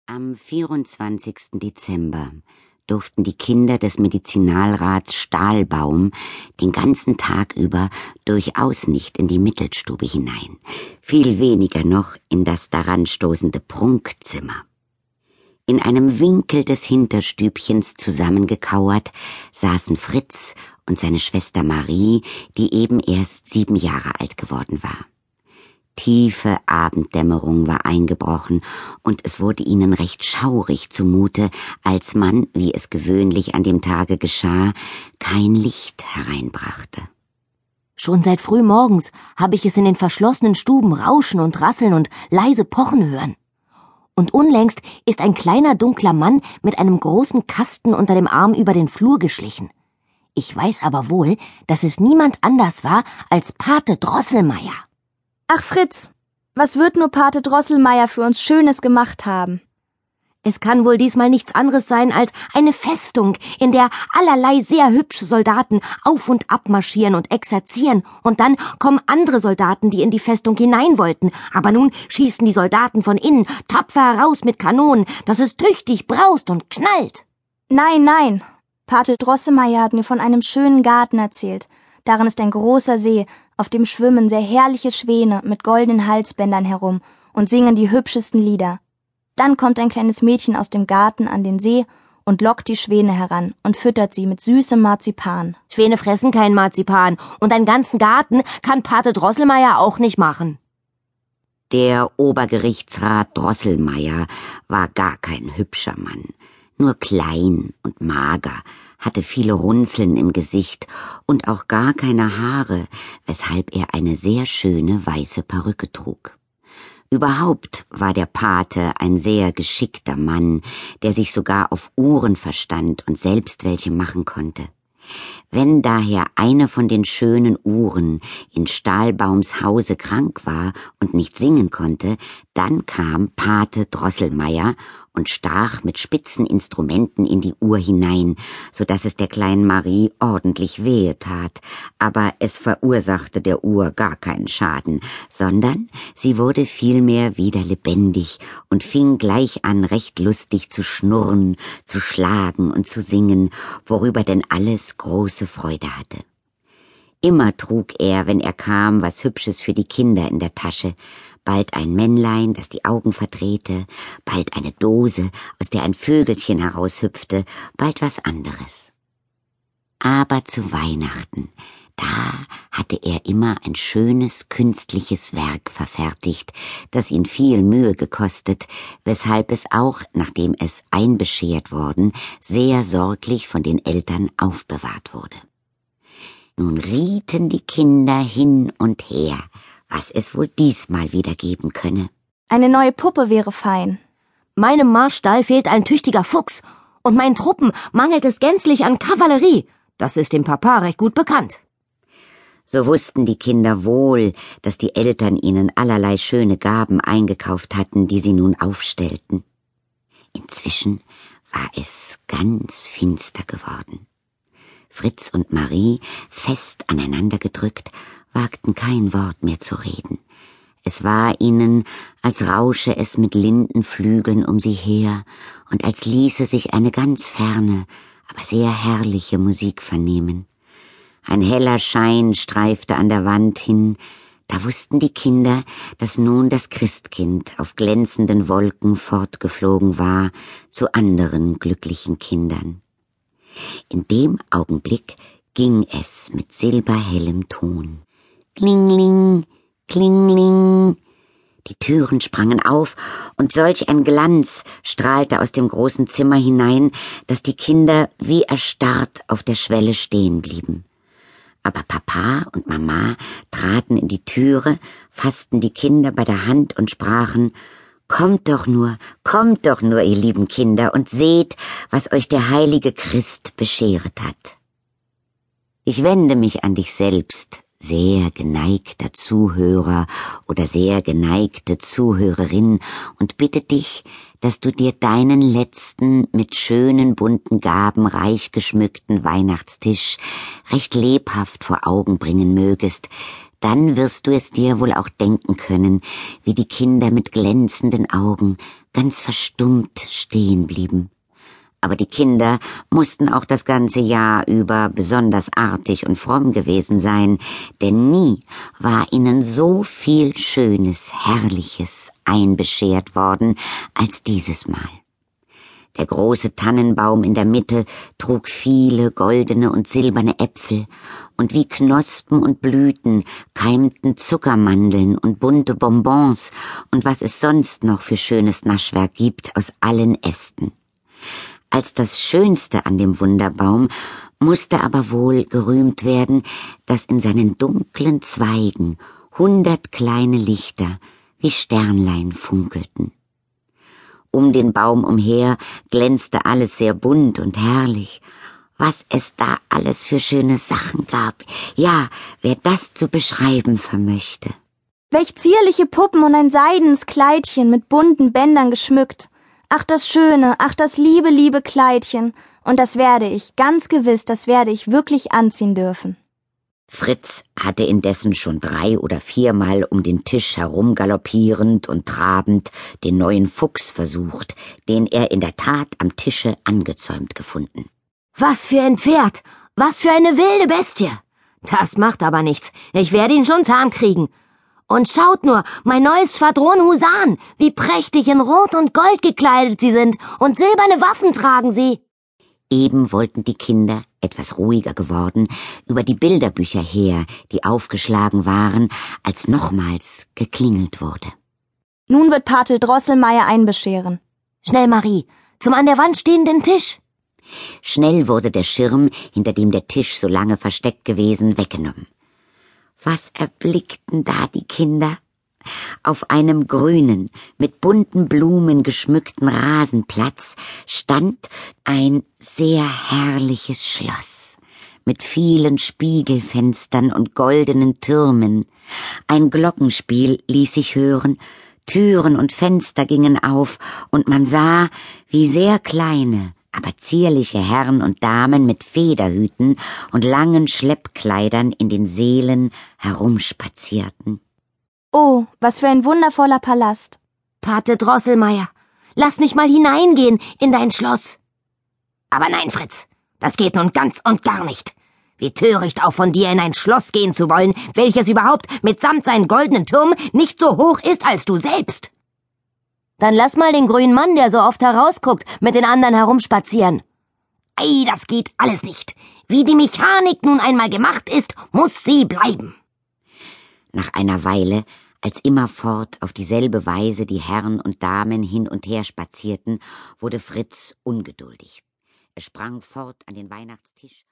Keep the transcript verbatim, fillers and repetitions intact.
Am vierundzwanzigsten Dezember durften die Kinder des Medizinalrats Stahlbaum den ganzen Tag über durchaus nicht in die Mittelstube hinein, viel weniger noch in das daran stoßende Prunkzimmer. In einem Winkel des Hinterstübchens zusammengekauert saßen Fritz und seine Schwester Marie, die eben erst sieben Jahre alt geworden war. Tiefe Abenddämmerung war eingebrochen, und es wurde ihnen recht schaurig zumute, als man, wie es gewöhnlich an dem Tage geschah, kein Licht hereinbrachte. Schon seit frühmorgens habe ich es in den verschlossenen Stuben rauschen und rasseln und leise pochen hören. Und unlängst ist ein kleiner dunkler Mann mit einem großen Kasten unter dem Arm über den Flur geschlichen. Ich weiß aber wohl, dass es niemand anders war als Pate Drosselmeier. Ach Fritz, was wird nur Pate Drosselmeier für uns Schönes gemacht haben? Es kann wohl diesmal nichts anderes sein als eine Festung, in der allerlei sehr hübsche Soldaten auf und ab marschieren und exerzieren, und dann kommen andere Soldaten, die in die Festung hinein wollten, aber nun schießen die Soldaten von innen tapfer heraus mit Kanonen, dass es tüchtig braust und knallt. Nein, nein, Pate Drosselmeier hat mir von einem schönen Garten erzählt. Darin ist ein großer See, auf dem schwimmen sehr herrliche Schwäne mit goldenen Halsbändern herum und singen die hübschesten Lieder. Dann kommt ein kleines Mädchen aus dem Garten an den See und lockt die Schwäne heran und füttert sie mit süßem Marzipan. Schwäne fressen kein Marzipan, und einen ganzen Garten kann Pate Drosselmeier auch nicht machen. Der Obergerichtsrat Drosselmeier war gar kein hübscher Mann, nur klein und mager, hatte viele Runzeln im Gesicht und auch gar keine Haare, weshalb er eine sehr schöne weiße Perücke trug. Überhaupt war der Pate ein sehr geschickter Mann, der sich sogar auf Uhren verstand und selbst welche machen konnte. Wenn daher eine von den schönen Uhren in Stahlbaums Hause krank war und nicht singen konnte, dann kam Pate Drosselmeier und stach mit spitzen Instrumenten in die Uhr hinein, so dass es der kleinen Marie ordentlich wehe tat, aber es verursachte der Uhr gar keinen Schaden, sondern sie wurde vielmehr wieder lebendig und fing gleich an, recht lustig zu schnurren, zu schlagen und zu singen, worüber denn alles große Freude hatte. Immer trug er, wenn er kam, was Hübsches für die Kinder in der Tasche, bald ein Männlein, das die Augen verdrehte, bald eine Dose, aus der ein Vögelchen heraushüpfte, bald was anderes. Aber zu Weihnachten, da hatte er immer ein schönes künstliches Werk verfertigt, das ihn viel Mühe gekostet, weshalb es auch, nachdem es einbeschert worden, sehr sorglich von den Eltern aufbewahrt wurde. Nun rieten die Kinder hin und her, was es wohl diesmal wieder geben könne. Eine neue Puppe wäre fein. Meinem Marstall fehlt ein tüchtiger Fuchs, und meinen Truppen mangelt es gänzlich an Kavallerie. Das ist dem Papa recht gut bekannt. So wussten die Kinder wohl, dass die Eltern ihnen allerlei schöne Gaben eingekauft hatten, die sie nun aufstellten. Inzwischen war es ganz finster geworden. Fritz und Marie, fest aneinander gedrückt, wagten kein Wort mehr zu reden. Es war ihnen, als rausche es mit Lindenflügeln um sie her und als ließe sich eine ganz ferne, aber sehr herrliche Musik vernehmen. Ein heller Schein streifte an der Wand hin, da wussten die Kinder, dass nun das Christkind auf glänzenden Wolken fortgeflogen war zu anderen glücklichen Kindern. In dem Augenblick ging es mit silberhellem Ton. Klingling, klingling. Die Türen sprangen auf, und solch ein Glanz strahlte aus dem großen Zimmer hinein, dass die Kinder wie erstarrt auf der Schwelle stehen blieben. Aber Papa und Mama traten in die Türe, fassten die Kinder bei der Hand und sprachen: »Kommt doch nur, kommt doch nur, ihr lieben Kinder, und seht, was euch der heilige Christ bescheret hat.« Ich wende mich an dich selbst, sehr geneigter Zuhörer oder sehr geneigte Zuhörerin, und bitte dich, dass du dir deinen letzten, mit schönen bunten Gaben reich geschmückten Weihnachtstisch recht lebhaft vor Augen bringen mögest, dann wirst du es dir wohl auch denken können, wie die Kinder mit glänzenden Augen ganz verstummt stehen blieben. Aber die Kinder mussten auch das ganze Jahr über besonders artig und fromm gewesen sein, denn nie war ihnen so viel Schönes, Herrliches einbeschert worden als dieses Mal. Der große Tannenbaum in der Mitte trug viele goldene und silberne Äpfel, und wie Knospen und Blüten keimten Zuckermandeln und bunte Bonbons und was es sonst noch für schönes Naschwerk gibt aus allen Ästen. Als das Schönste an dem Wunderbaum musste aber wohl gerühmt werden, dass in seinen dunklen Zweigen hundert kleine Lichter wie Sternlein funkelten. Um den Baum umher glänzte alles sehr bunt und herrlich. Was es da alles für schöne Sachen gab, ja, wer das zu beschreiben vermöchte. Welch zierliche Puppen und ein seidenes Kleidchen mit bunten Bändern geschmückt. Ach, das schöne, ach, das liebe, liebe Kleidchen. Und das werde ich, ganz gewiss, das werde ich wirklich anziehen dürfen. Fritz hatte indessen schon drei oder viermal um den Tisch herumgaloppierend und trabend den neuen Fuchs versucht, den er in der Tat am Tische angezäumt gefunden. Was für ein Pferd! Was für eine wilde Bestie! Das macht aber nichts. Ich werde ihn schon zahm kriegen. Und schaut nur, mein neues Schwadron Husaren, wie prächtig in Rot und Gold gekleidet sie sind, und silberne Waffen tragen sie. Eben wollten die Kinder, etwas ruhiger geworden, über die Bilderbücher her, die aufgeschlagen waren, als nochmals geklingelt wurde. Nun wird Patel Drosselmeier einbescheren. Schnell, Marie, zum an der Wand stehenden Tisch. Schnell wurde der Schirm, hinter dem der Tisch so lange versteckt gewesen, weggenommen. Was erblickten da die Kinder? Auf einem grünen, mit bunten Blumen geschmückten Rasenplatz stand ein sehr herrliches Schloss mit vielen Spiegelfenstern und goldenen Türmen. Ein Glockenspiel ließ sich hören, Türen und Fenster gingen auf, und man sah, wie sehr kleine, aber zierliche Herren und Damen mit Federhüten und langen Schleppkleidern in den Sälen herumspazierten. Oh, was für ein wundervoller Palast. Pate Drosselmeier, lass mich mal hineingehen in dein Schloss. Aber nein, Fritz, das geht nun ganz und gar nicht. Wie töricht auch von dir, in ein Schloss gehen zu wollen, welches überhaupt mitsamt seinen goldenen Turm nicht so hoch ist als du selbst. Dann lass mal den grünen Mann, der so oft herausguckt, mit den anderen herumspazieren. Ei, das geht alles nicht. Wie die Mechanik nun einmal gemacht ist, muss sie bleiben. Nach einer Weile, als immerfort auf dieselbe Weise die Herren und Damen hin und her spazierten, wurde Fritz ungeduldig. Er sprang fort an den Weihnachtstisch